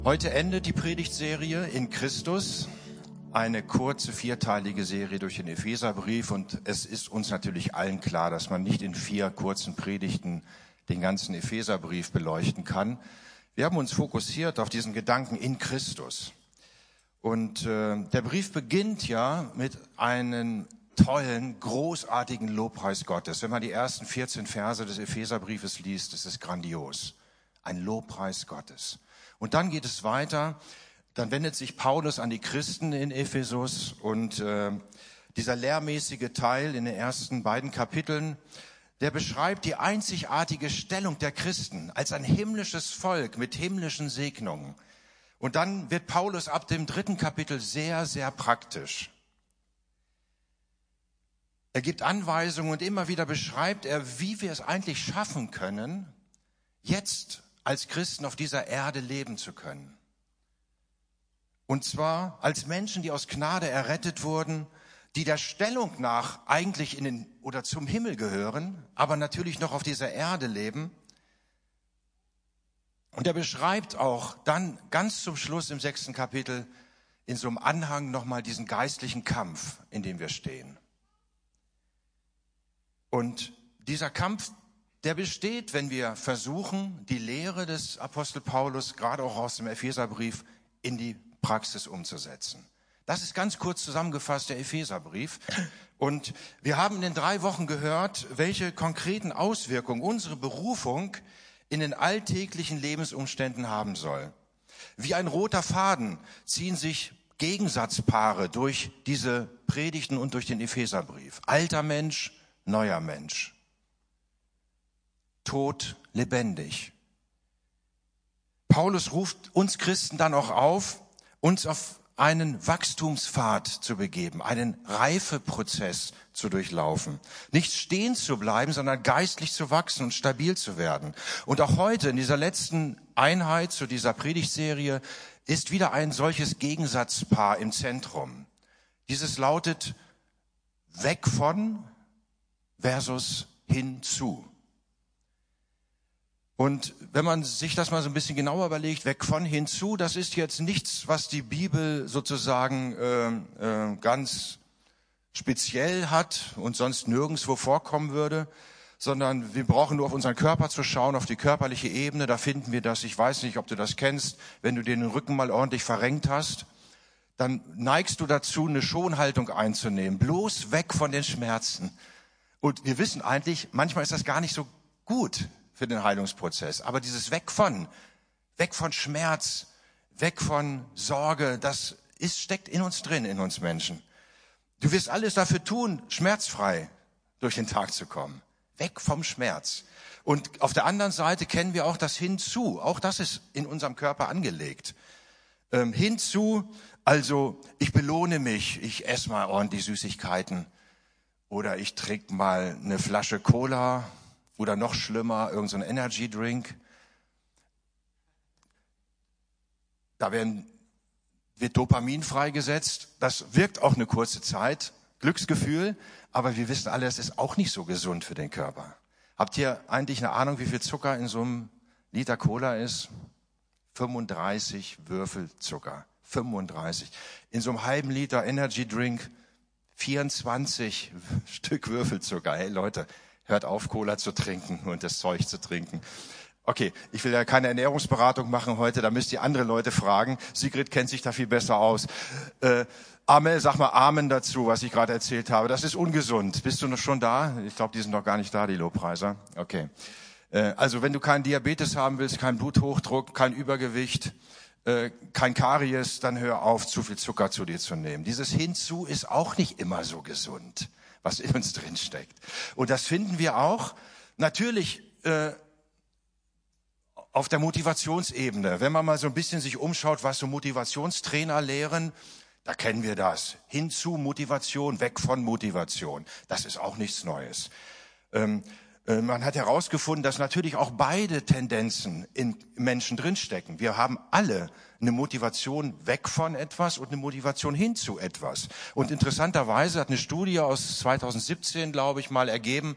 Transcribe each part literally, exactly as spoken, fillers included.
Heute endet die Predigtserie in Christus, eine kurze vierteilige Serie durch den Epheserbrief, und es ist uns natürlich allen klar, dass man nicht in vier kurzen Predigten den ganzen Epheserbrief beleuchten kann. Wir haben uns fokussiert auf diesen Gedanken in Christus. Und äh, der Brief beginnt ja mit einem tollen, großartigen Lobpreis Gottes. Wenn man die ersten vierzehn Verse des Epheserbriefes liest, ist es grandios. Ein Lobpreis Gottes. Und dann geht es weiter, dann wendet sich Paulus an die Christen in Ephesus und äh, dieser lehrmäßige Teil in den ersten beiden Kapiteln, der beschreibt die einzigartige Stellung der Christen als ein himmlisches Volk mit himmlischen Segnungen. Und dann wird Paulus ab dem dritten Kapitel sehr, sehr praktisch. Er gibt Anweisungen und immer wieder beschreibt er, wie wir es eigentlich schaffen können, jetzt als Christen auf dieser Erde leben zu können. Und zwar als Menschen, die aus Gnade errettet wurden, die der Stellung nach eigentlich in den oder zum Himmel gehören, aber natürlich noch auf dieser Erde leben. Und er beschreibt auch dann ganz zum Schluss im sechsten Kapitel in so einem Anhang nochmal diesen geistlichen Kampf, in dem wir stehen. Und dieser Kampf, der besteht, wenn wir versuchen, die Lehre des Apostel Paulus, gerade auch aus dem Epheserbrief, in die Praxis umzusetzen. Das ist ganz kurz zusammengefasst der Epheserbrief. Und wir haben in den drei Wochen gehört, welche konkreten Auswirkungen unsere Berufung in den alltäglichen Lebensumständen haben soll. Wie ein roter Faden ziehen sich Gegensatzpaare durch diese Predigten und durch den Epheserbrief. Alter Mensch, neuer Mensch. Tod, lebendig. Paulus ruft uns Christen dann auch auf, uns auf einen Wachstumspfad zu begeben, einen Reifeprozess zu durchlaufen. Nicht stehen zu bleiben, sondern geistlich zu wachsen und stabil zu werden. Und auch heute in dieser letzten Einheit zu dieser Predigtserie ist wieder ein solches Gegensatzpaar im Zentrum. Dieses lautet weg von versus hinzu. Und wenn man sich das mal so ein bisschen genauer überlegt, weg von hinzu, das ist jetzt nichts, was die Bibel sozusagen äh, äh, ganz speziell hat und sonst nirgendwo vorkommen würde, sondern wir brauchen nur auf unseren Körper zu schauen, auf die körperliche Ebene, da finden wir das. Ich weiß nicht, ob du das kennst, wenn du den Rücken mal ordentlich verrenkt hast, dann neigst du dazu, eine Schonhaltung einzunehmen, bloß weg von den Schmerzen. Und wir wissen eigentlich, manchmal ist das gar nicht so gut für den Heilungsprozess. Aber dieses Weg von, weg von Schmerz, weg von Sorge, das ist, steckt in uns drin, in uns Menschen. Du wirst alles dafür tun, schmerzfrei durch den Tag zu kommen. Weg vom Schmerz. Und auf der anderen Seite kennen wir auch das Hinzu. Auch das ist in unserem Körper angelegt. Ähm, hinzu, also ich belohne mich, ich esse mal ordentlich Süßigkeiten oder ich trinke mal eine Flasche Cola. Oder noch schlimmer, irgendein so Energy Drink. Da werden, wird Dopamin freigesetzt. Das wirkt auch eine kurze Zeit. Glücksgefühl. Aber wir wissen alle, es ist auch nicht so gesund für den Körper. Habt ihr eigentlich eine Ahnung, wie viel Zucker in so einem Liter Cola ist? fünfunddreißig Würfel Zucker. fünfunddreißig. In so einem halben Liter Energy Drink vierundzwanzig Stück Würfelzucker. Hey Leute, hört auf, Cola zu trinken und das Zeug zu trinken. Okay, ich will ja keine Ernährungsberatung machen heute, da müsst ihr andere Leute fragen. Sigrid kennt sich da viel besser aus. Äh, Amel, sag mal Amen dazu, was ich gerade erzählt habe. Das ist ungesund. Bist du noch schon da? Ich glaube, die sind noch gar nicht da, die Lobpreiser. Okay. Äh, also wenn du keinen Diabetes haben willst, keinen Bluthochdruck, kein Übergewicht, äh, kein Karies, dann hör auf, zu viel Zucker zu dir zu nehmen. Dieses Hinzu ist auch nicht immer so gesund, was in uns drin steckt. Und das finden wir auch natürlich äh, auf der Motivationsebene. Wenn man mal so ein bisschen sich umschaut, was so Motivationstrainer lehren, da kennen wir das. Hinzu Motivation, weg von Motivation. Das ist auch nichts Neues. Ähm, äh, man hat herausgefunden, dass natürlich auch beide Tendenzen in Menschen drinstecken. Wir haben alle eine Motivation weg von etwas und eine Motivation hin zu etwas. Und interessanterweise hat eine Studie aus zweitausendsiebzehn, glaube ich, mal ergeben,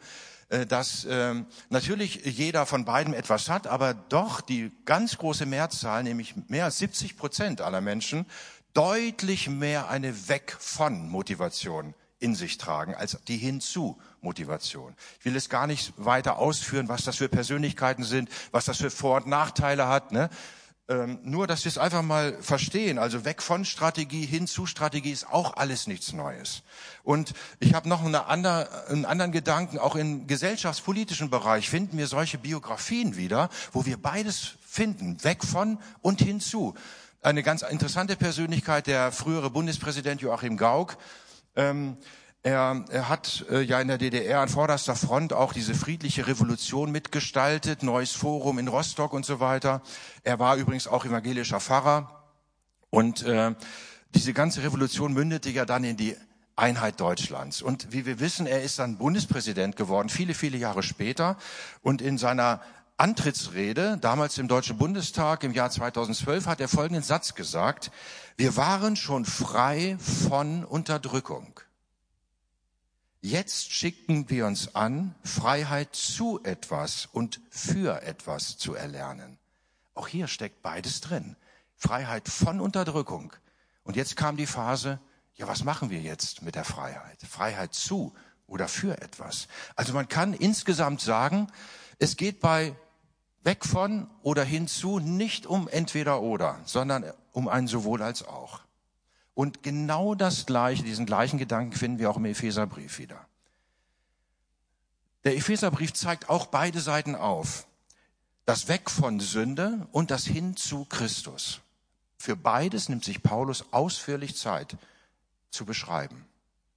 äh, dass äh, natürlich jeder von beiden etwas hat, aber doch die ganz große Mehrzahl, nämlich mehr als siebzig Prozent aller Menschen, deutlich mehr eine Weg-von-Motivation in sich tragen, als die Hinzu-Motivation. Ich will es gar nicht weiter ausführen, was das für Persönlichkeiten sind, was das für Vor- und Nachteile hat, ne? Ähm, nur, dass wir es einfach mal verstehen. Also weg von Strategie, hin zu Strategie ist auch alles nichts Neues. Und ich habe noch eine andere, einen anderen Gedanken. Auch im gesellschaftspolitischen Bereich finden wir solche Biografien wieder, wo wir beides finden. Weg von und hinzu. Eine ganz interessante Persönlichkeit, der frühere Bundespräsident Joachim Gauck. Ähm, Er, er hat äh, ja in der D D R an vorderster Front auch diese friedliche Revolution mitgestaltet, neues Forum in Rostock und so weiter. Er war übrigens auch evangelischer Pfarrer und äh, diese ganze Revolution mündete ja dann in die Einheit Deutschlands. Und wie wir wissen, er ist dann Bundespräsident geworden, viele, viele Jahre später. Und in seiner Antrittsrede, damals im Deutschen Bundestag im Jahr zweitausendzwölf, hat er folgenden Satz gesagt: Wir waren schon frei von Unterdrückung. Jetzt schicken wir uns an, Freiheit zu etwas und für etwas zu erlernen. Auch hier steckt beides drin. Freiheit von Unterdrückung. Und jetzt kam die Phase, ja, was machen wir jetzt mit der Freiheit? Freiheit zu oder für etwas. Also man kann insgesamt sagen, es geht bei weg von oder hinzu nicht um entweder oder, sondern um ein sowohl als auch. Und genau das Gleiche, diesen gleichen Gedanken finden wir auch im Epheserbrief wieder. Der Epheserbrief zeigt auch beide Seiten auf. Das Weg von Sünde und das Hin zu Christus. Für beides nimmt sich Paulus ausführlich Zeit zu beschreiben.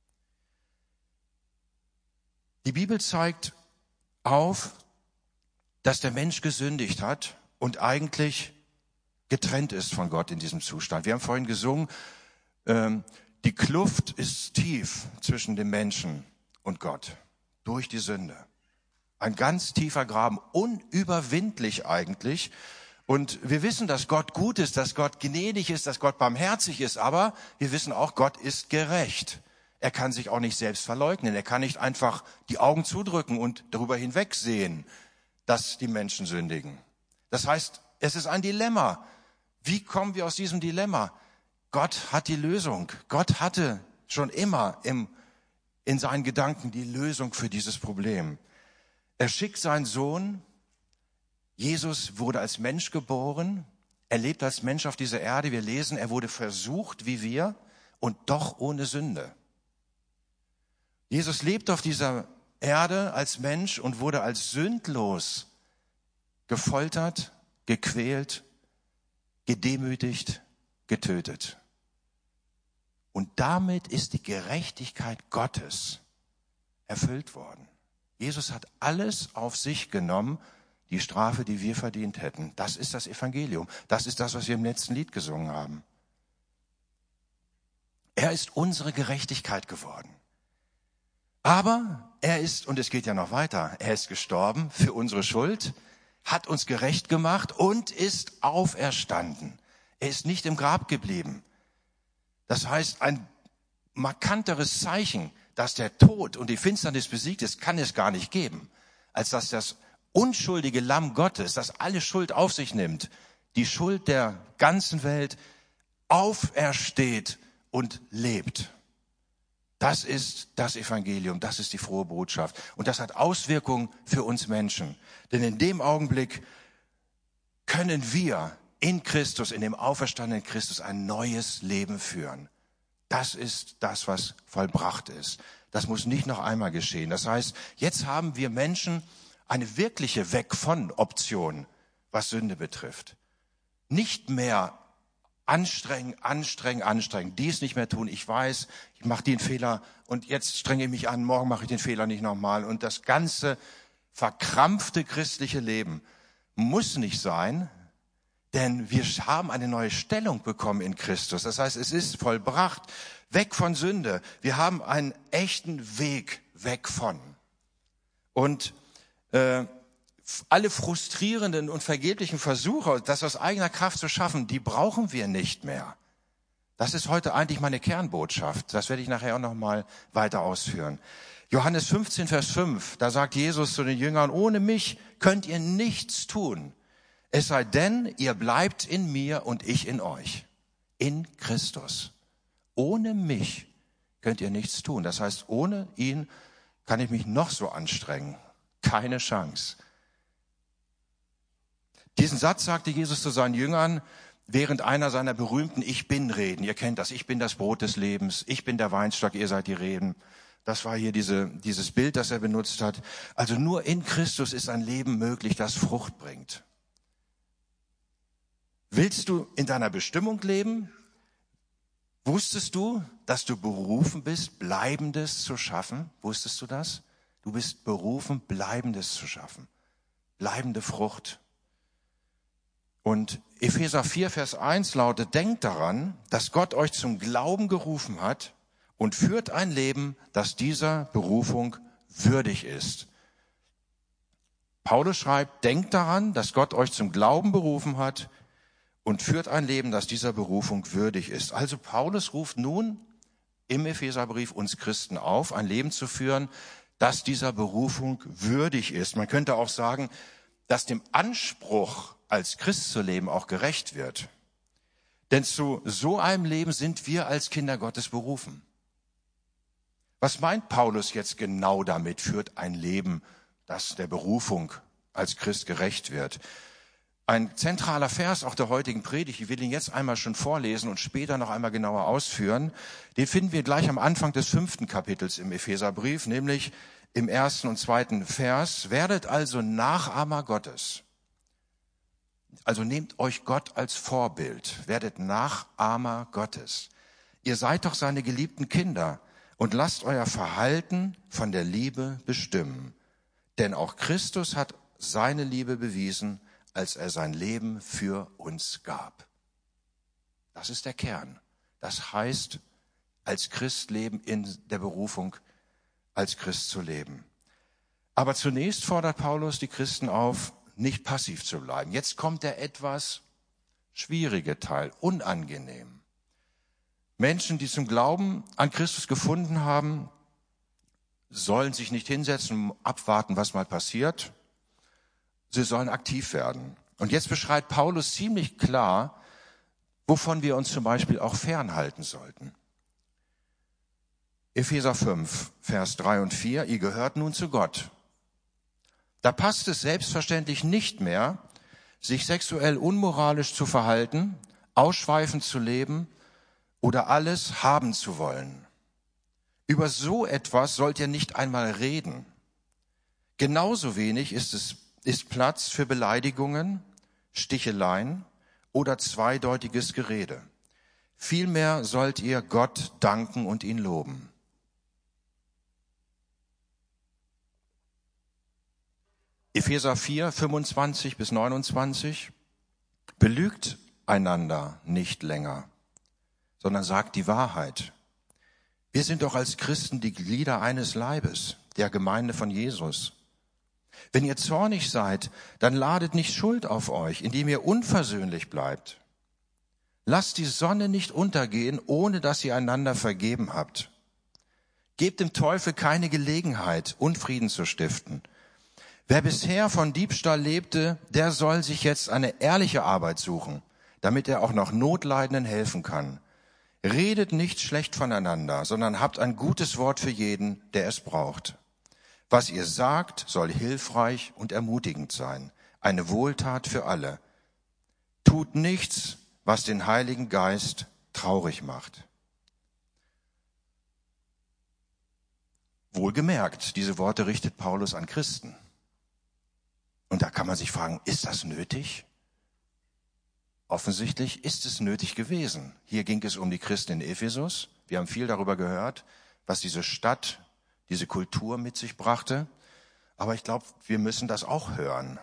Die Bibel zeigt auf, dass der Mensch gesündigt hat und eigentlich getrennt ist von Gott in diesem Zustand. Wir haben vorhin gesungen, die Kluft ist tief zwischen dem Menschen und Gott durch die Sünde. Ein ganz tiefer Graben, unüberwindlich eigentlich. Und wir wissen, dass Gott gut ist, dass Gott gnädig ist, dass Gott barmherzig ist, aber wir wissen auch, Gott ist gerecht. Er kann sich auch nicht selbst verleugnen. Er kann nicht einfach die Augen zudrücken und darüber hinwegsehen, dass die Menschen sündigen. Das heißt, es ist ein Dilemma. Wie kommen wir aus diesem Dilemma? Gott hat die Lösung. Gott hatte schon immer im, in seinen Gedanken die Lösung für dieses Problem. Er schickt seinen Sohn. Jesus wurde als Mensch geboren. Er lebt als Mensch auf dieser Erde. Wir lesen, er wurde versucht wie wir und doch ohne Sünde. Jesus lebt auf dieser Erde als Mensch und wurde als sündlos gefoltert, gequält, gedemütigt, getötet. Und damit ist die Gerechtigkeit Gottes erfüllt worden. Jesus hat alles auf sich genommen, die Strafe, die wir verdient hätten. Das ist das Evangelium. Das ist das, was wir im letzten Lied gesungen haben. Er ist unsere Gerechtigkeit geworden. Aber er ist, und es geht ja noch weiter, er ist gestorben für unsere Schuld, hat uns gerecht gemacht und ist auferstanden. Er ist nicht im Grab geblieben. Das heißt, ein markanteres Zeichen, dass der Tod und die Finsternis besiegt ist, kann es gar nicht geben, als dass das unschuldige Lamm Gottes, das alle Schuld auf sich nimmt, die Schuld der ganzen Welt, aufersteht und lebt. Das ist das Evangelium, das ist die frohe Botschaft. Und das hat Auswirkungen für uns Menschen. Denn in dem Augenblick können wir in Christus, in dem auferstandenen Christus, ein neues Leben führen. Das ist das, was vollbracht ist. Das muss nicht noch einmal geschehen. Das heißt, jetzt haben wir Menschen eine wirkliche Weg-von-Option, was Sünde betrifft. Nicht mehr anstrengen, anstrengen, anstrengen. Dies nicht mehr tun. Ich weiß, ich mache den Fehler und jetzt strenge ich mich an. Morgen mache ich den Fehler nicht nochmal. Und das ganze verkrampfte christliche Leben muss nicht sein, denn wir haben eine neue Stellung bekommen in Christus. Das heißt, es ist vollbracht, weg von Sünde. Wir haben einen echten Weg weg von. Und äh, alle frustrierenden und vergeblichen Versuche, das aus eigener Kraft zu schaffen, die brauchen wir nicht mehr. Das ist heute eigentlich meine Kernbotschaft. Das werde ich nachher auch noch mal weiter ausführen. Johannes fünfzehn, Vers fünf, da sagt Jesus zu den Jüngern, ohne mich könnt ihr nichts tun. Es sei denn, ihr bleibt in mir und ich in euch. In Christus. Ohne mich könnt ihr nichts tun. Das heißt, ohne ihn kann ich mich noch so anstrengen. Keine Chance. Diesen Satz sagte Jesus zu seinen Jüngern während einer seiner berühmten Ich-Bin-Reden. Ihr kennt das, ich bin das Brot des Lebens, ich bin der Weinstock, ihr seid die Reben. Das war hier diese, dieses Bild, das er benutzt hat. Also nur in Christus ist ein Leben möglich, das Frucht bringt. Willst du in deiner Bestimmung leben? Wusstest du, dass du berufen bist, Bleibendes zu schaffen? Wusstest du das? Du bist berufen, Bleibendes zu schaffen. Bleibende Frucht. Und Epheser vier, Vers eins lautet, denkt daran, dass Gott euch zum Glauben gerufen hat und führt ein Leben, das dieser Berufung würdig ist. Paulus schreibt, denkt daran, dass Gott euch zum Glauben berufen hat und führt ein Leben, das dieser Berufung würdig ist. Also Paulus ruft nun im Epheserbrief uns Christen auf, ein Leben zu führen, das dieser Berufung würdig ist. Man könnte auch sagen, dass dem Anspruch, als Christ zu leben, auch gerecht wird. Denn zu so einem Leben sind wir als Kinder Gottes berufen. Was meint Paulus jetzt genau damit, führt ein Leben, das der Berufung als Christ gerecht wird? Ein zentraler Vers auch der heutigen Predigt, ich will ihn jetzt einmal schon vorlesen und später noch einmal genauer ausführen, den finden wir gleich am Anfang des fünften Kapitels im Epheserbrief, nämlich im ersten und zweiten Vers. Werdet also Nachahmer Gottes. Also nehmt euch Gott als Vorbild, werdet Nachahmer Gottes. Ihr seid doch seine geliebten Kinder und lasst euer Verhalten von der Liebe bestimmen. Denn auch Christus hat seine Liebe bewiesen, als er sein Leben für uns gab. Das ist der Kern. Das heißt, als Christ leben, in der Berufung, als Christ zu leben. Aber zunächst fordert Paulus die Christen auf, nicht passiv zu bleiben. Jetzt kommt der etwas schwierige Teil, unangenehm. Menschen, die zum Glauben an Christus gefunden haben, sollen sich nicht hinsetzen und abwarten, was mal passiert. Sie sollen aktiv werden. Und jetzt beschreibt Paulus ziemlich klar, wovon wir uns zum Beispiel auch fernhalten sollten. Epheser fünf, Vers drei und vier, ihr gehört nun zu Gott. Da passt es selbstverständlich nicht mehr, sich sexuell unmoralisch zu verhalten, ausschweifend zu leben oder alles haben zu wollen. Über so etwas sollt ihr nicht einmal reden. Genauso wenig ist es ist Platz für Beleidigungen, Sticheleien oder zweideutiges Gerede. Vielmehr sollt ihr Gott danken und ihn loben. Epheser vier, fünfundzwanzig bis neunundzwanzig. Belügt einander nicht länger, sondern sagt die Wahrheit. Wir sind doch als Christen die Glieder eines Leibes, der Gemeinde von Jesus. Wenn ihr zornig seid, dann ladet nicht Schuld auf euch, indem ihr unversöhnlich bleibt. Lasst die Sonne nicht untergehen, ohne dass ihr einander vergeben habt. Gebt dem Teufel keine Gelegenheit, Unfrieden zu stiften. Wer bisher von Diebstahl lebte, der soll sich jetzt eine ehrliche Arbeit suchen, damit er auch noch Notleidenden helfen kann. Redet nicht schlecht voneinander, sondern habt ein gutes Wort für jeden, der es braucht. Was ihr sagt, soll hilfreich und ermutigend sein, eine Wohltat für alle. Tut nichts, was den Heiligen Geist traurig macht. Wohlgemerkt, diese Worte richtet Paulus an Christen. Und da kann man sich fragen, ist das nötig? Offensichtlich ist es nötig gewesen. Hier ging es um die Christen in Ephesus. Wir haben viel darüber gehört, was diese Stadt, diese Kultur mit sich brachte. Aber ich glaube, wir müssen das auch hören.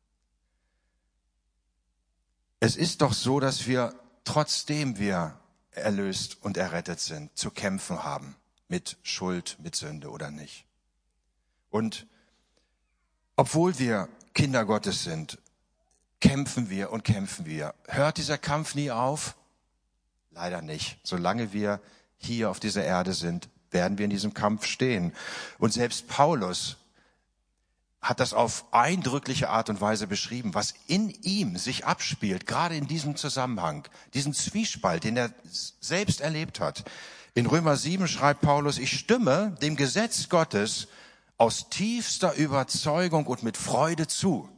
Es ist doch so, dass wir, trotzdem wir erlöst und errettet sind, zu kämpfen haben mit Schuld, mit Sünde oder nicht. Und obwohl wir Kinder Gottes sind, kämpfen wir und kämpfen wir. Hört dieser Kampf nie auf? Leider nicht. Solange wir hier auf dieser Erde sind, werden wir in diesem Kampf stehen. Und selbst Paulus hat das auf eindrückliche Art und Weise beschrieben, was in ihm sich abspielt, gerade in diesem Zusammenhang, diesen Zwiespalt, den er selbst erlebt hat. In Römer sieben schreibt Paulus, ich stimme dem Gesetz Gottes aus tiefster Überzeugung und mit Freude zu.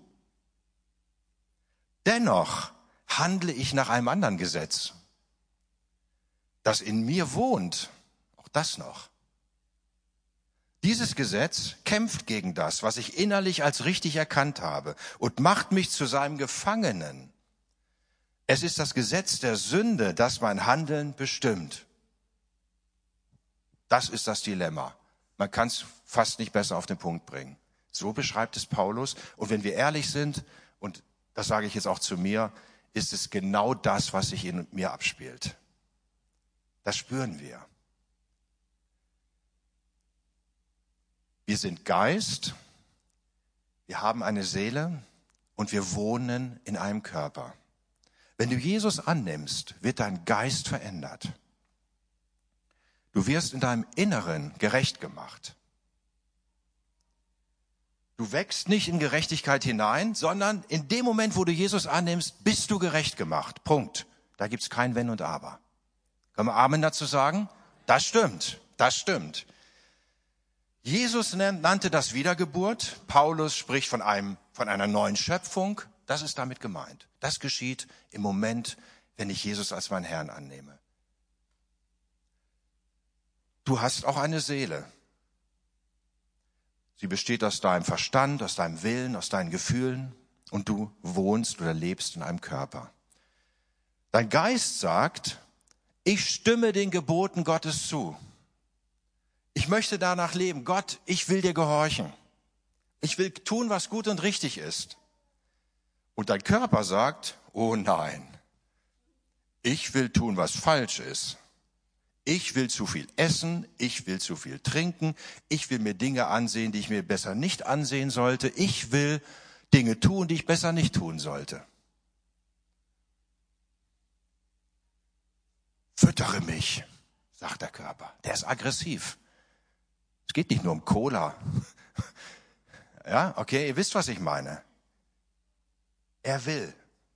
Dennoch handle ich nach einem anderen Gesetz, das in mir wohnt, auch das noch. Dieses Gesetz kämpft gegen das, was ich innerlich als richtig erkannt habe und macht mich zu seinem Gefangenen. Es ist das Gesetz der Sünde, das mein Handeln bestimmt. Das ist das Dilemma. Man kann es fast nicht besser auf den Punkt bringen. So beschreibt es Paulus. Und wenn wir ehrlich sind, und das sage ich jetzt auch zu mir, ist es genau das, was sich in mir abspielt. Das spüren wir. Wir sind Geist, wir haben eine Seele und wir wohnen in einem Körper. Wenn du Jesus annimmst, wird dein Geist verändert. Du wirst in deinem Inneren gerecht gemacht. Du wächst nicht in Gerechtigkeit hinein, sondern in dem Moment, wo du Jesus annimmst, bist du gerecht gemacht. Punkt. Da gibt's kein Wenn und Aber. Können wir Amen dazu sagen? Das stimmt, das stimmt. Jesus nannte das Wiedergeburt. Paulus spricht von einem, von einer neuen Schöpfung. Das ist damit gemeint. Das geschieht im Moment, wenn ich Jesus als meinen Herrn annehme. Du hast auch eine Seele. Sie besteht aus deinem Verstand, aus deinem Willen, aus deinen Gefühlen und du wohnst oder lebst in einem Körper. Dein Geist sagt, ich stimme den Geboten Gottes zu. Ich möchte danach leben. Gott, ich will dir gehorchen. Ich will tun, was gut und richtig ist. Und dein Körper sagt, oh nein, ich will tun, was falsch ist. Ich will zu viel essen, ich will zu viel trinken, ich will mir Dinge ansehen, die ich mir besser nicht ansehen sollte. Ich will Dinge tun, die ich besser nicht tun sollte. Füttere mich, sagt der Körper. Der ist aggressiv. Es geht nicht nur um Cola. Ja, okay, ihr wisst, was ich meine. Er will.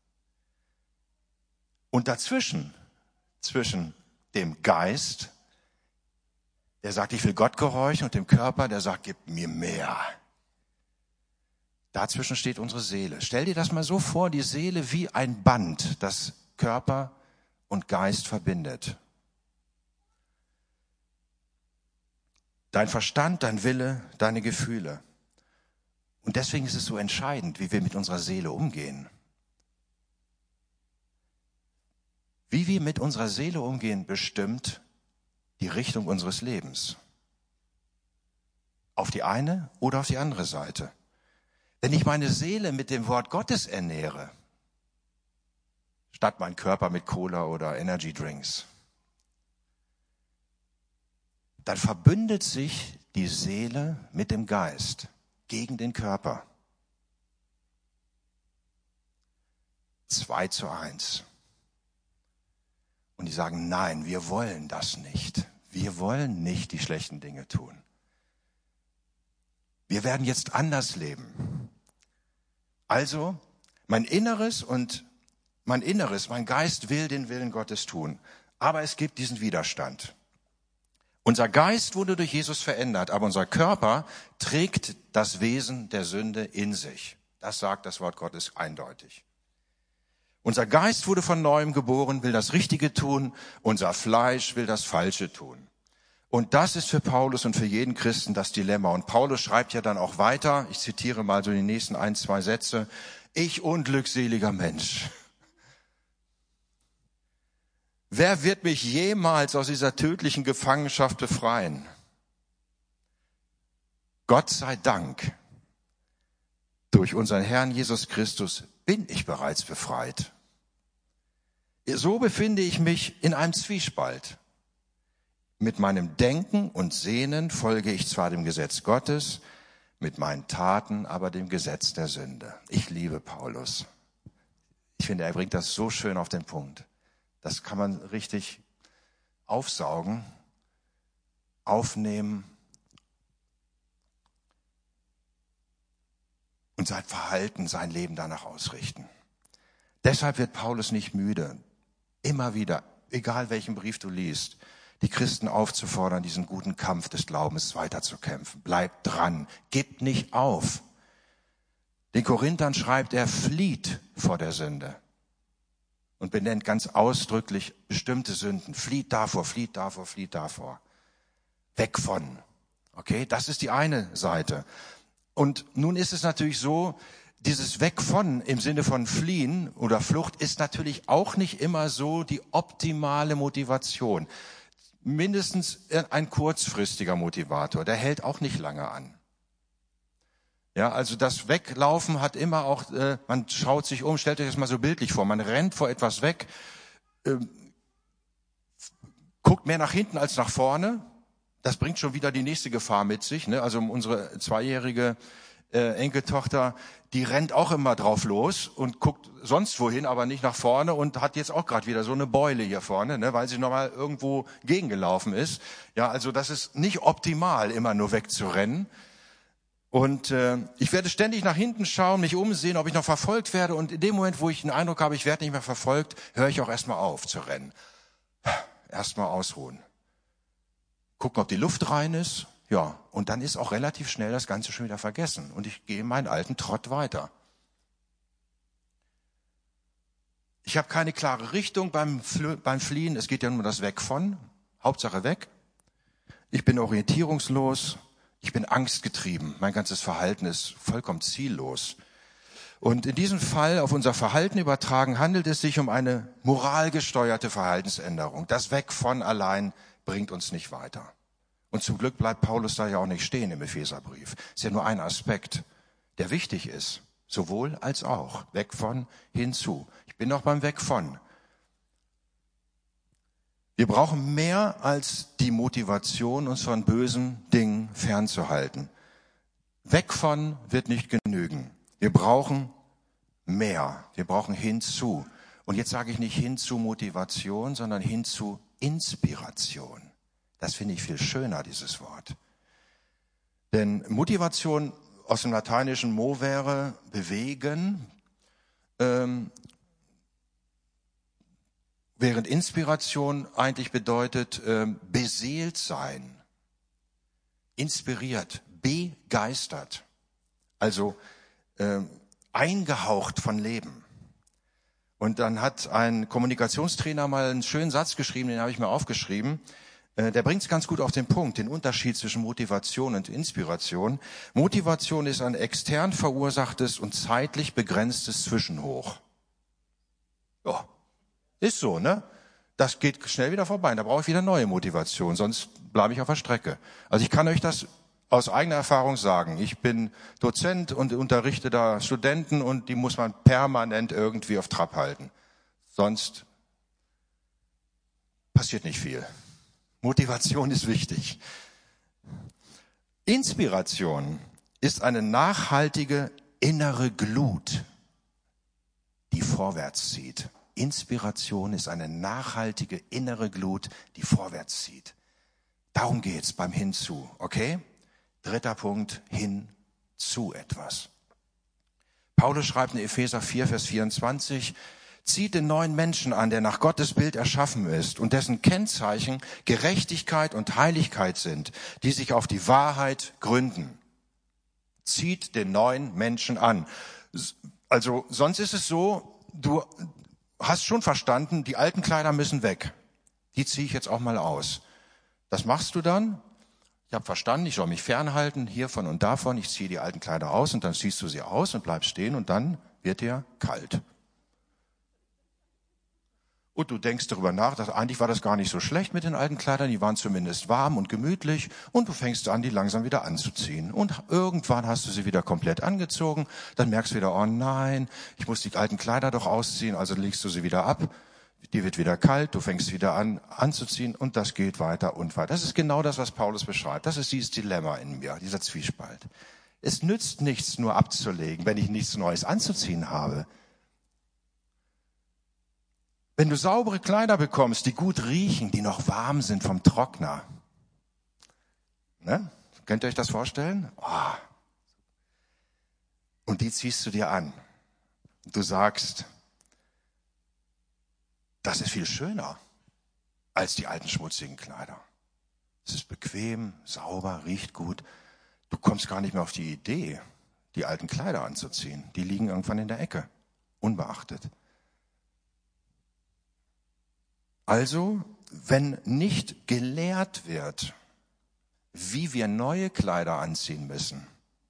Und dazwischen, zwischen dem Geist, der sagt, ich will Gott gehorchen, und dem Körper, der sagt, gib mir mehr. Dazwischen steht unsere Seele. Stell dir das mal so vor, die Seele wie ein Band, das Körper und Geist verbindet. Dein Verstand, dein Wille, deine Gefühle. Und deswegen ist es so entscheidend, wie wir mit unserer Seele umgehen. Wie wir mit unserer Seele umgehen, bestimmt die Richtung unseres Lebens. Auf die eine oder auf die andere Seite. Wenn ich meine Seele mit dem Wort Gottes ernähre, statt mein Körper mit Cola oder Energy Drinks, dann verbündet sich die Seele mit dem Geist gegen den Körper. Zwei zu eins. Und die sagen, nein, wir wollen das nicht. Wir wollen nicht die schlechten Dinge tun. Wir werden jetzt anders leben. Also, mein Inneres und mein Inneres, mein Geist will den Willen Gottes tun. Aber es gibt diesen Widerstand. Unser Geist wurde durch Jesus verändert, aber unser Körper trägt das Wesen der Sünde in sich. Das sagt das Wort Gottes eindeutig. Unser Geist wurde von Neuem geboren, will das Richtige tun, unser Fleisch will das Falsche tun. Und das ist für Paulus und für jeden Christen das Dilemma. Und Paulus schreibt ja dann auch weiter, ich zitiere mal so die nächsten ein, zwei Sätze, ich unglückseliger Mensch. Wer wird mich jemals aus dieser tödlichen Gefangenschaft befreien? Gott sei Dank, durch unseren Herrn Jesus Christus bin ich bereits befreit. So befinde ich mich in einem Zwiespalt. Mit meinem Denken und Sehnen folge ich zwar dem Gesetz Gottes, mit meinen Taten aber dem Gesetz der Sünde. Ich liebe Paulus. Ich finde, er bringt das so schön auf den Punkt. Das kann man richtig aufsaugen, aufnehmen und sein Verhalten, sein Leben danach ausrichten. Deshalb wird Paulus nicht müde, immer wieder, egal welchen Brief du liest, die Christen aufzufordern, diesen guten Kampf des Glaubens weiterzukämpfen. Bleibt dran, gebt nicht auf. Den Korinthern schreibt er, flieht vor der Sünde und benennt ganz ausdrücklich bestimmte Sünden. Flieht davor, flieht davor, flieht davor. Weg von. Okay, das ist die eine Seite. Und nun ist es natürlich so, dieses Weg von im Sinne von fliehen oder Flucht ist natürlich auch nicht immer so die optimale Motivation. Mindestens ein kurzfristiger Motivator, der hält auch nicht lange an. Ja, also das Weglaufen hat immer auch, äh, man schaut sich um, stellt euch das mal so bildlich vor, man rennt vor etwas weg, äh, guckt mehr nach hinten als nach vorne, das bringt schon wieder die nächste Gefahr mit sich. Ne? Also unsere zweijährige äh, Enkeltochter, die rennt auch immer drauf los und guckt sonst wohin, aber nicht nach vorne und hat jetzt auch gerade wieder so eine Beule hier vorne, ne, weil sie nochmal irgendwo gegengelaufen ist. Ja, also das ist nicht optimal, immer nur wegzurennen. Und äh, ich werde ständig nach hinten schauen, mich umsehen, ob ich noch verfolgt werde. Und in dem Moment, wo ich den Eindruck habe, ich werde nicht mehr verfolgt, höre ich auch erstmal auf zu rennen. Erstmal ausruhen. Gucken, ob die Luft rein ist. Ja, und dann ist auch relativ schnell das Ganze schon wieder vergessen. Und ich gehe meinen alten Trott weiter. Ich habe keine klare Richtung beim, Fl- beim Fliehen. Es geht ja nur das Weg von. Hauptsache weg. Ich bin orientierungslos. Ich bin angstgetrieben. Mein ganzes Verhalten ist vollkommen ziellos. Und in diesem Fall, auf unser Verhalten übertragen, handelt es sich um eine moralgesteuerte Verhaltensänderung. Das Weg von allein bringt uns nicht weiter. Und zum Glück bleibt Paulus da ja auch nicht stehen im Epheserbrief. Ist ja nur ein Aspekt, der wichtig ist. Sowohl als auch. Weg von, hinzu. Ich bin noch beim Weg von. Wir brauchen mehr als die Motivation, uns von bösen Dingen fernzuhalten. Weg von wird nicht genügen. Wir brauchen mehr. Wir brauchen hinzu. Und jetzt sage ich nicht hinzu Motivation, sondern hinzu Inspiration. Das finde ich viel schöner, dieses Wort. Denn Motivation aus dem lateinischen movere, bewegen, ähm, während Inspiration eigentlich bedeutet ähm, beseelt sein, inspiriert, begeistert, also ähm, eingehaucht von Leben. Und dann hat ein Kommunikationstrainer mal einen schönen Satz geschrieben, den habe ich mir aufgeschrieben. Der bringt es ganz gut auf den Punkt, den Unterschied zwischen Motivation und Inspiration. Motivation ist ein extern verursachtes und zeitlich begrenztes Zwischenhoch. Ja, ist so, ne? Das geht schnell wieder vorbei. Da brauche ich wieder neue Motivation, sonst bleibe ich auf der Strecke. Also ich kann euch das aus eigener Erfahrung sagen. Ich bin Dozent und unterrichte da Studenten und die muss man permanent irgendwie auf Trab halten. Sonst passiert nicht viel. Motivation ist wichtig. Inspiration ist eine nachhaltige innere Glut, die vorwärts zieht. Inspiration ist eine nachhaltige innere Glut, die vorwärts zieht. Darum geht's beim Hinzu, okay? Dritter Punkt, hin zu etwas. Paulus schreibt in Epheser vier, Vers vierundzwanzig, zieht den neuen Menschen an, der nach Gottes Bild erschaffen ist und dessen Kennzeichen Gerechtigkeit und Heiligkeit sind, die sich auf die Wahrheit gründen. Zieht den neuen Menschen an. Also sonst ist es so, du hast schon verstanden, die alten Kleider müssen weg. Die ziehe ich jetzt auch mal aus. Das machst du dann. Ich habe verstanden, ich soll mich fernhalten, hiervon und davon. Ich ziehe die alten Kleider aus und dann ziehst du sie aus und bleibst stehen und dann wird dir kalt. Und du denkst darüber nach, dass eigentlich war das gar nicht so schlecht mit den alten Kleidern, die waren zumindest warm und gemütlich und du fängst an, die langsam wieder anzuziehen. Und irgendwann hast du sie wieder komplett angezogen, dann merkst du wieder, oh nein, ich muss die alten Kleider doch ausziehen, also legst du sie wieder ab, dir wird wieder kalt, du fängst wieder an anzuziehen und das geht weiter und weiter. Das ist genau das, was Paulus beschreibt. Das ist dieses Dilemma in mir, dieser Zwiespalt. Es nützt nichts, nur abzulegen, wenn ich nichts Neues anzuziehen habe. Wenn du saubere Kleider bekommst, die gut riechen, die noch warm sind vom Trockner. Ne? Könnt ihr euch das vorstellen? Oh. Und die ziehst du dir an. Du sagst, das ist viel schöner als die alten schmutzigen Kleider. Es ist bequem, sauber, riecht gut. Du kommst gar nicht mehr auf die Idee, die alten Kleider anzuziehen. Die liegen irgendwann in der Ecke, unbeachtet. Also, wenn nicht gelehrt wird, wie wir neue Kleider anziehen müssen,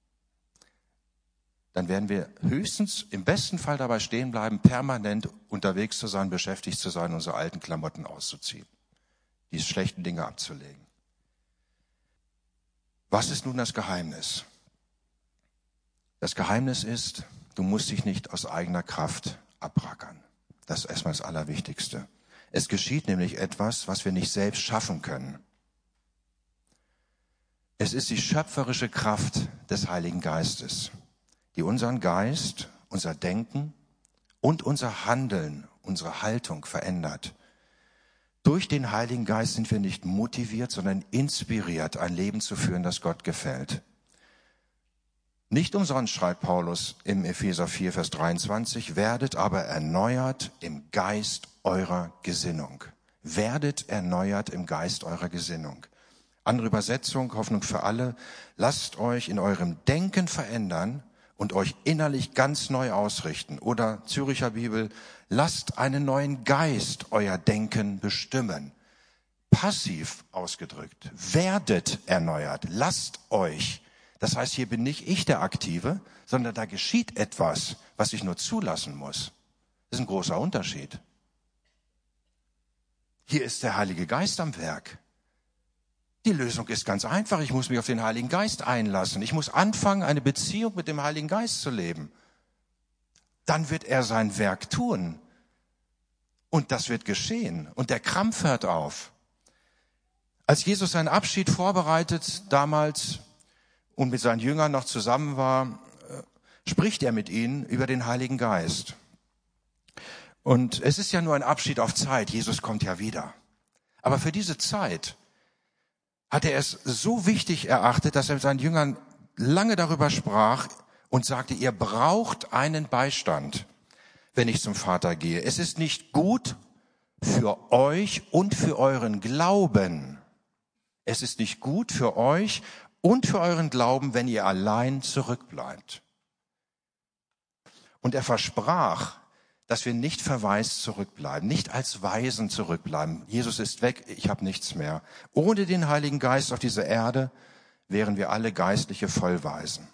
dann werden wir höchstens im besten Fall dabei stehen bleiben, permanent unterwegs zu sein, beschäftigt zu sein, unsere alten Klamotten auszuziehen, die schlechten Dinge abzulegen. Was ist nun das Geheimnis? Das Geheimnis ist, du musst dich nicht aus eigener Kraft abrackern. Das ist erstmal das Allerwichtigste. Es geschieht nämlich etwas, was wir nicht selbst schaffen können. Es ist die schöpferische Kraft des Heiligen Geistes, die unseren Geist, unser Denken und unser Handeln, unsere Haltung verändert. Durch den Heiligen Geist sind wir nicht motiviert, sondern inspiriert, ein Leben zu führen, das Gott gefällt. Nicht umsonst schreibt Paulus im Epheser vier, Vers dreiundzwanzig, werdet aber erneuert im Geist eurer Gesinnung. Werdet erneuert im Geist eurer Gesinnung. Andere Übersetzung, Hoffnung für alle, lasst euch in eurem Denken verändern und euch innerlich ganz neu ausrichten. Oder Zürcher Bibel, lasst einen neuen Geist euer Denken bestimmen. Passiv ausgedrückt, werdet erneuert, lasst euch. Das heißt, hier bin nicht ich der Aktive, sondern da geschieht etwas, was ich nur zulassen muss. Das ist ein großer Unterschied. Hier ist der Heilige Geist am Werk. Die Lösung ist ganz einfach. Ich muss mich auf den Heiligen Geist einlassen. Ich muss anfangen, eine Beziehung mit dem Heiligen Geist zu leben. Dann wird er sein Werk tun. Und das wird geschehen. Und der Krampf hört auf. Als Jesus seinen Abschied vorbereitet, damals, und mit seinen Jüngern noch zusammen war, spricht er mit ihnen über den Heiligen Geist. Und es ist ja nur ein Abschied auf Zeit. Jesus kommt ja wieder. Aber für diese Zeit hat er es so wichtig erachtet, dass er mit seinen Jüngern lange darüber sprach und sagte, ihr braucht einen Beistand, wenn ich zum Vater gehe. Es ist nicht gut für euch und für euren Glauben. Es ist nicht gut für euch und für euren Glauben, wenn ihr allein zurückbleibt. Und er versprach, dass wir nicht verwaist zurückbleiben, nicht als Waisen zurückbleiben. Jesus ist weg, ich habe nichts mehr. Ohne den Heiligen Geist auf dieser Erde wären wir alle geistliche Vollwaisen.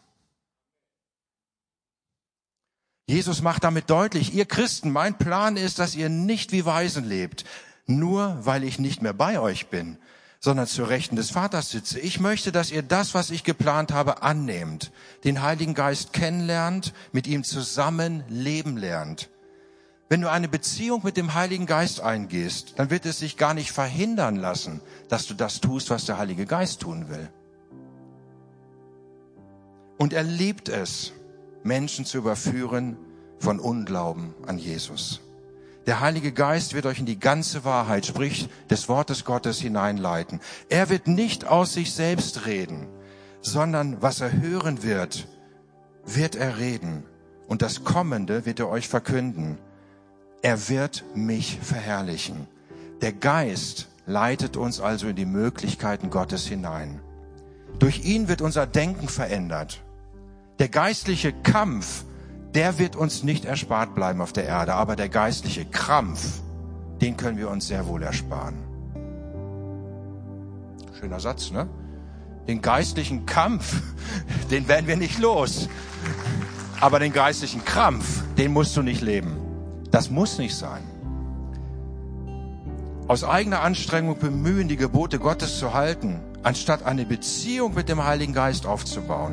Jesus macht damit deutlich, ihr Christen, mein Plan ist, dass ihr nicht wie Waisen lebt, nur weil ich nicht mehr bei euch bin, sondern zur Rechten des Vaters sitze. Ich möchte, dass ihr das, was ich geplant habe, annehmt, den Heiligen Geist kennenlernt, mit ihm zusammen leben lernt. Wenn du eine Beziehung mit dem Heiligen Geist eingehst, dann wird es sich gar nicht verhindern lassen, dass du das tust, was der Heilige Geist tun will. Und er liebt es, Menschen zu überführen von Unglauben an Jesus. Der Heilige Geist wird euch in die ganze Wahrheit, sprich des Wortes Gottes, hineinleiten. Er wird nicht aus sich selbst reden, sondern was er hören wird, wird er reden. Und das Kommende wird er euch verkünden. Er wird mich verherrlichen. Der Geist leitet uns also in die Möglichkeiten Gottes hinein. Durch ihn wird unser Denken verändert. Der geistliche Kampf, der wird uns nicht erspart bleiben auf der Erde, aber der geistliche Krampf, den können wir uns sehr wohl ersparen. Schöner Satz, ne? Den geistlichen Kampf, den werden wir nicht los. Aber den geistlichen Krampf, den musst du nicht leben. Das muss nicht sein. Aus eigener Anstrengung bemühen, die Gebote Gottes zu halten, anstatt eine Beziehung mit dem Heiligen Geist aufzubauen.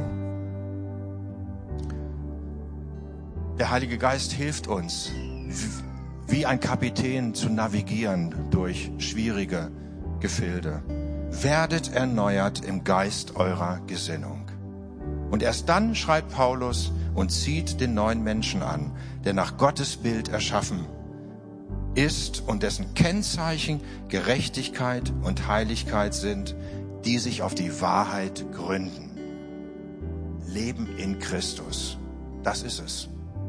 Der Heilige Geist hilft uns, wie ein Kapitän zu navigieren durch schwierige Gefilde. Werdet erneuert im Geist eurer Gesinnung. Und erst dann, schreibt Paulus, und zieht den neuen Menschen an, der nach Gottes Bild erschaffen ist und dessen Kennzeichen Gerechtigkeit und Heiligkeit sind, die sich auf die Wahrheit gründen. Leben in Christus. Das ist es.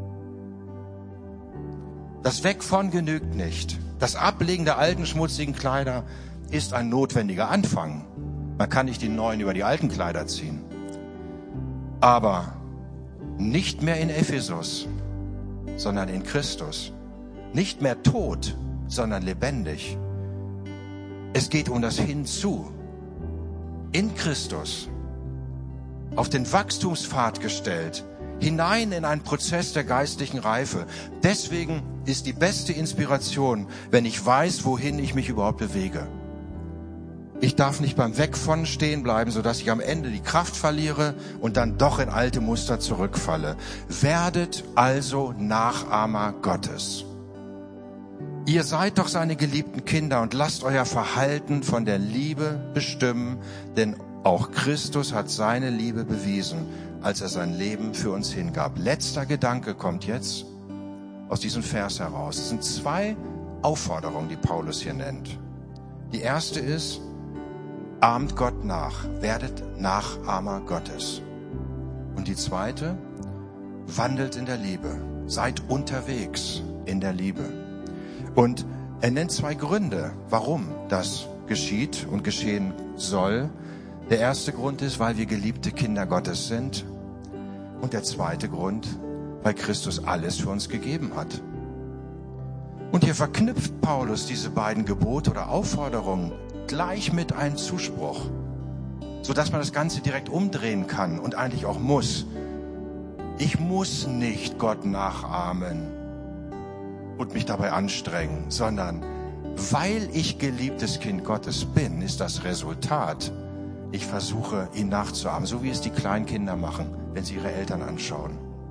Das Weg von genügt nicht. Das Ablegen der alten schmutzigen Kleider ist ein notwendiger Anfang. Man kann nicht die neuen über die alten Kleider ziehen. Aber nicht mehr in Ephesus, sondern in Christus. Nicht mehr tot, sondern lebendig. Es geht um das Hinzu. In Christus. Auf den Wachstumspfad gestellt. Hinein in einen Prozess der geistlichen Reife. Deswegen ist die beste Inspiration, wenn ich weiß, wohin ich mich überhaupt bewege. Ich darf nicht beim Weg von stehen bleiben, sodass ich am Ende die Kraft verliere und dann doch in alte Muster zurückfalle. Werdet also Nachahmer Gottes. Ihr seid doch seine geliebten Kinder und lasst euer Verhalten von der Liebe bestimmen, denn auch Christus hat seine Liebe bewiesen, als er sein Leben für uns hingab. Letzter Gedanke kommt jetzt aus diesem Vers heraus. Es sind zwei Aufforderungen, die Paulus hier nennt. Die erste ist, ahmt Gott nach, werdet Nachahmer Gottes. Und die zweite, wandelt in der Liebe, seid unterwegs in der Liebe. Und er nennt zwei Gründe, warum das geschieht und geschehen soll. Der erste Grund ist, weil wir geliebte Kinder Gottes sind. Und der zweite Grund, weil Christus alles für uns gegeben hat. Und hier verknüpft Paulus diese beiden Gebote oder Aufforderungen gleich mit einem Zuspruch, sodass man das Ganze direkt umdrehen kann und eigentlich auch muss. Ich muss nicht Gott nachahmen und mich dabei anstrengen, sondern weil ich geliebtes Kind Gottes bin, ist das Resultat, ich versuche, ihn nachzuahmen, so wie es die kleinen Kinder machen, wenn sie ihre Eltern anschauen.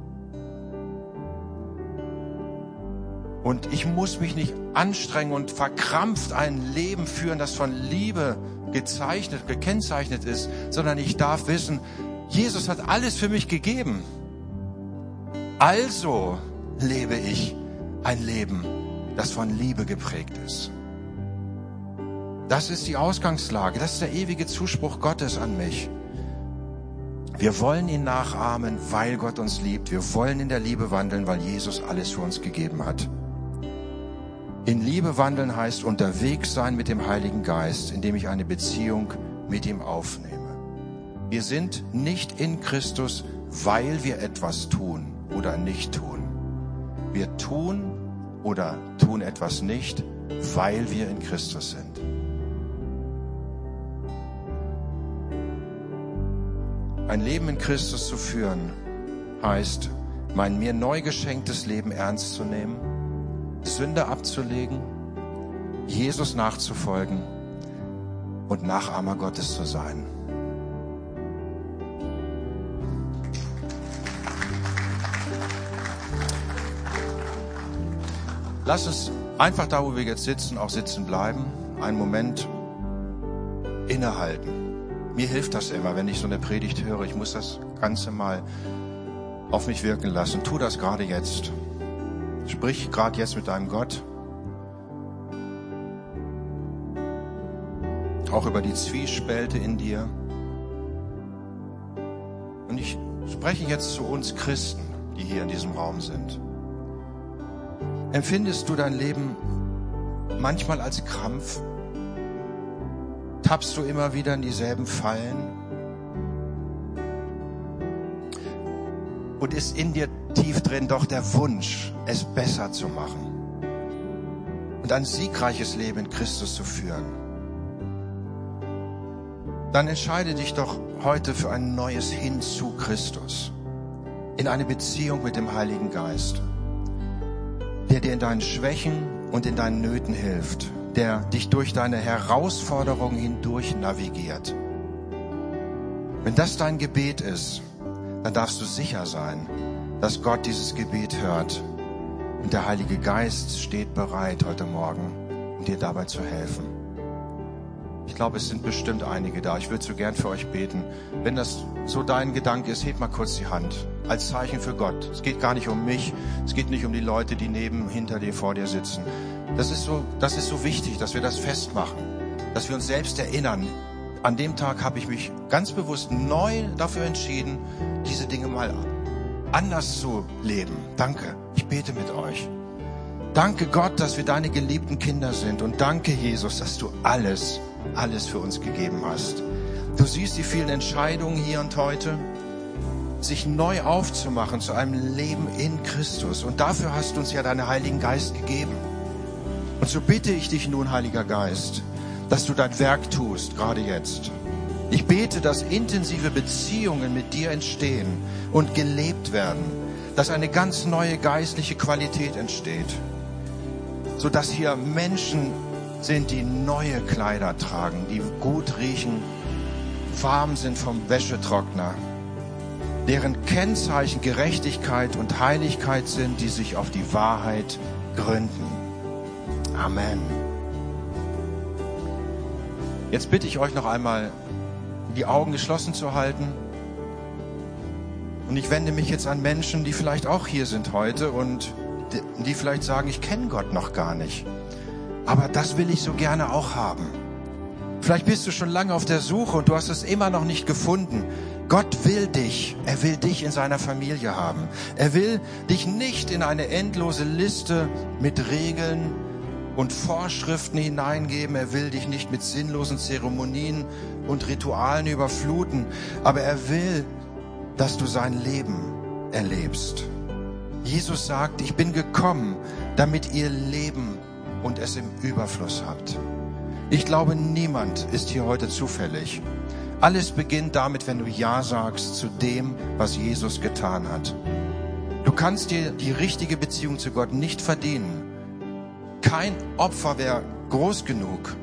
Und ich muss mich nicht anstrengen und verkrampft ein Leben führen, das von Liebe gezeichnet, gekennzeichnet ist, sondern ich darf wissen, Jesus hat alles für mich gegeben. Also lebe ich ein Leben, das von Liebe geprägt ist. Das ist die Ausgangslage, das ist der ewige Zuspruch Gottes an mich. Wir wollen ihn nachahmen, weil Gott uns liebt. Wir wollen in der Liebe wandeln, weil Jesus alles für uns gegeben hat. In Liebe wandeln heißt unterwegs sein mit dem Heiligen Geist, indem ich eine Beziehung mit ihm aufnehme. Wir sind nicht in Christus, weil wir etwas tun oder nicht tun. Wir tun oder tun etwas nicht, weil wir in Christus sind. Ein Leben in Christus zu führen, heißt, mein mir neu geschenktes Leben ernst zu nehmen, Sünde abzulegen, Jesus nachzufolgen und Nachahmer Gottes zu sein. Lass uns einfach da, wo wir jetzt sitzen, auch sitzen bleiben, einen Moment innehalten. Mir hilft das immer, wenn ich so eine Predigt höre. Ich muss das Ganze mal auf mich wirken lassen. Tu das gerade jetzt. Sprich gerade jetzt mit deinem Gott. Auch über die Zwiespälte in dir. Und ich spreche jetzt zu uns Christen, die hier in diesem Raum sind. Empfindest du dein Leben manchmal als Krampf? Tappst du immer wieder in dieselben Fallen? Und ist in dir tief drin doch der Wunsch, es besser zu machen und ein siegreiches Leben in Christus zu führen? Dann entscheide dich doch heute für ein neues Hin zu Christus, in eine Beziehung mit dem Heiligen Geist, der dir in deinen Schwächen und in deinen Nöten hilft, der dich durch deine Herausforderungen hindurch navigiert. Wenn das dein Gebet ist, dann darfst du sicher sein, dass Gott dieses Gebet hört. Und der Heilige Geist steht bereit heute Morgen, um dir dabei zu helfen. Ich glaube, es sind bestimmt einige da. Ich würde so gern für euch beten. Wenn das so dein Gedanke ist, heb mal kurz die Hand. Als Zeichen für Gott. Es geht gar nicht um mich. Es geht nicht um die Leute, die neben, hinter dir, vor dir sitzen. Das ist so, das ist so wichtig, dass wir das festmachen, dass wir uns selbst erinnern. An dem Tag habe ich mich ganz bewusst neu dafür entschieden, diese Dinge mal anders zu leben. Danke, ich bete mit euch. Danke Gott, dass wir deine geliebten Kinder sind. Und danke Jesus, dass du alles, alles für uns gegeben hast. Du siehst die vielen Entscheidungen hier und heute, sich neu aufzumachen zu einem Leben in Christus. Und dafür hast du uns ja deinen Heiligen Geist gegeben. Und so bitte ich dich nun, Heiliger Geist, dass du dein Werk tust, gerade jetzt. Ich bete, dass intensive Beziehungen mit dir entstehen und gelebt werden, dass eine ganz neue geistliche Qualität entsteht, sodass hier Menschen sind, die neue Kleider tragen, die gut riechen, warm sind vom Wäschetrockner, deren Kennzeichen Gerechtigkeit und Heiligkeit sind, die sich auf die Wahrheit gründen. Amen. Jetzt bitte ich euch noch einmal, die Augen geschlossen zu halten. Und ich wende mich jetzt an Menschen, die vielleicht auch hier sind heute und die, die vielleicht sagen, ich kenne Gott noch gar nicht. Aber das will ich so gerne auch haben. Vielleicht bist du schon lange auf der Suche und du hast es immer noch nicht gefunden. Gott will dich. Er will dich in seiner Familie haben. Er will dich nicht in eine endlose Liste mit Regeln und Vorschriften hineingeben. Er will dich nicht mit sinnlosen Zeremonien und Ritualen überfluten. Aber er will, dass du sein Leben erlebst. Jesus sagt, ich bin gekommen, damit ihr Leben und es im Überfluss habt. Ich glaube, niemand ist hier heute zufällig. Alles beginnt damit, wenn du Ja sagst zu dem, was Jesus getan hat. Du kannst dir die richtige Beziehung zu Gott nicht verdienen. Kein Opfer wäre groß genug.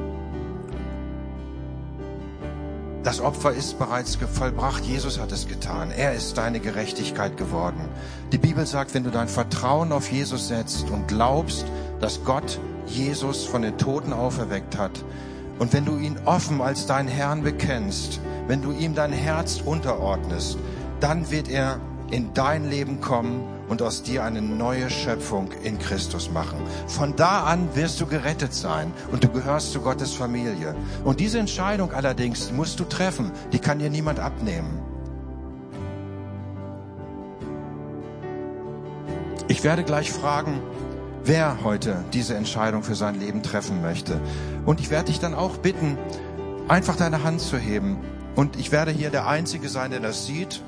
Das Opfer ist bereits vollbracht. Jesus hat es getan. Er ist deine Gerechtigkeit geworden. Die Bibel sagt, wenn du dein Vertrauen auf Jesus setzt und glaubst, dass Gott Jesus von den Toten auferweckt hat, und wenn du ihn offen als deinen Herrn bekennst, wenn du ihm dein Herz unterordnest, dann wird er in dein Leben kommen und aus dir eine neue Schöpfung in Christus machen. Von da an wirst du gerettet sein und du gehörst zu Gottes Familie. Und diese Entscheidung allerdings musst du treffen, die kann dir niemand abnehmen. Ich werde gleich fragen, wer heute diese Entscheidung für sein Leben treffen möchte. Und ich werde dich dann auch bitten, einfach deine Hand zu heben. Und ich werde hier der Einzige sein, der das sieht.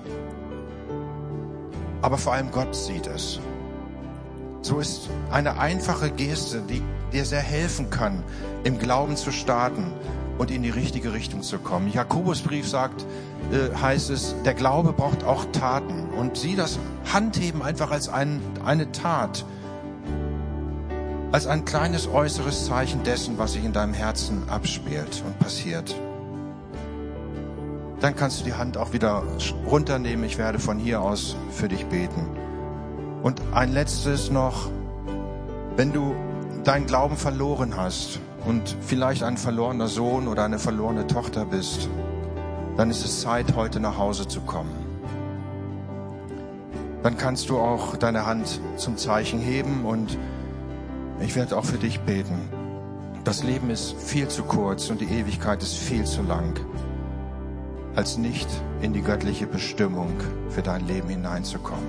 Aber vor allem Gott sieht es. So ist eine einfache Geste, die dir sehr helfen kann, im Glauben zu starten und in die richtige Richtung zu kommen. Jakobusbrief sagt, äh, heißt es, der Glaube braucht auch Taten. Und sieh das Handheben einfach als ein, eine Tat, als ein kleines äußeres Zeichen dessen, was sich in deinem Herzen abspielt und passiert. Dann kannst du die Hand auch wieder runternehmen. Ich werde von hier aus für dich beten. Und ein letztes noch, wenn du deinen Glauben verloren hast und vielleicht ein verlorener Sohn oder eine verlorene Tochter bist, dann ist es Zeit, heute nach Hause zu kommen. Dann kannst du auch deine Hand zum Zeichen heben und ich werde auch für dich beten. Das Leben ist viel zu kurz und die Ewigkeit ist viel zu lang, als nicht in die göttliche Bestimmung für dein Leben hineinzukommen.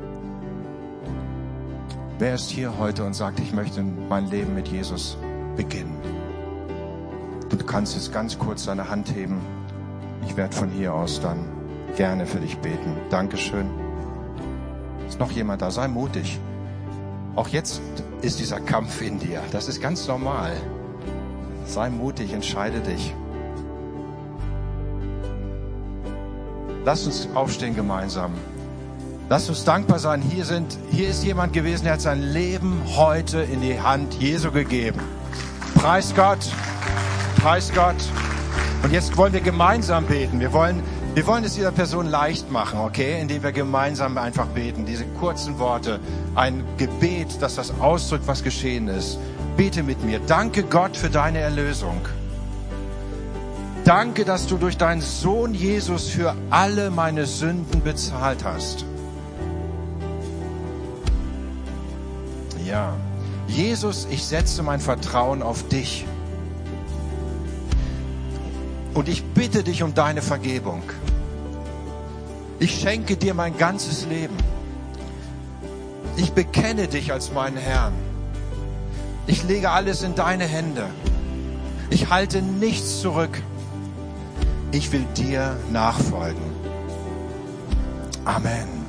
Wer ist hier heute und sagt, ich möchte mein Leben mit Jesus beginnen? Du kannst jetzt ganz kurz deine Hand heben. Ich werde von hier aus dann gerne für dich beten. Dankeschön. Ist noch jemand da? Sei mutig. Auch jetzt ist dieser Kampf in dir. Das ist ganz normal. Sei mutig, entscheide dich. Lass uns aufstehen gemeinsam. Lass uns dankbar sein. Hier sind, hier ist jemand gewesen, der hat sein Leben heute in die Hand Jesu gegeben. Preis Gott. Preis Gott. Und jetzt wollen wir gemeinsam beten. Wir wollen, wir wollen es dieser Person leicht machen, okay? Indem wir gemeinsam einfach beten. Diese kurzen Worte. Ein Gebet, das das ausdrückt, was geschehen ist. Bete mit mir. Danke Gott für deine Erlösung. Danke, dass du durch deinen Sohn Jesus für alle meine Sünden bezahlt hast. Ja. Jesus, ich setze mein Vertrauen auf dich. Und ich bitte dich um deine Vergebung. Ich schenke dir mein ganzes Leben. Ich bekenne dich als meinen Herrn. Ich lege alles in deine Hände. Ich halte nichts zurück. Ich will dir nachfolgen. Amen.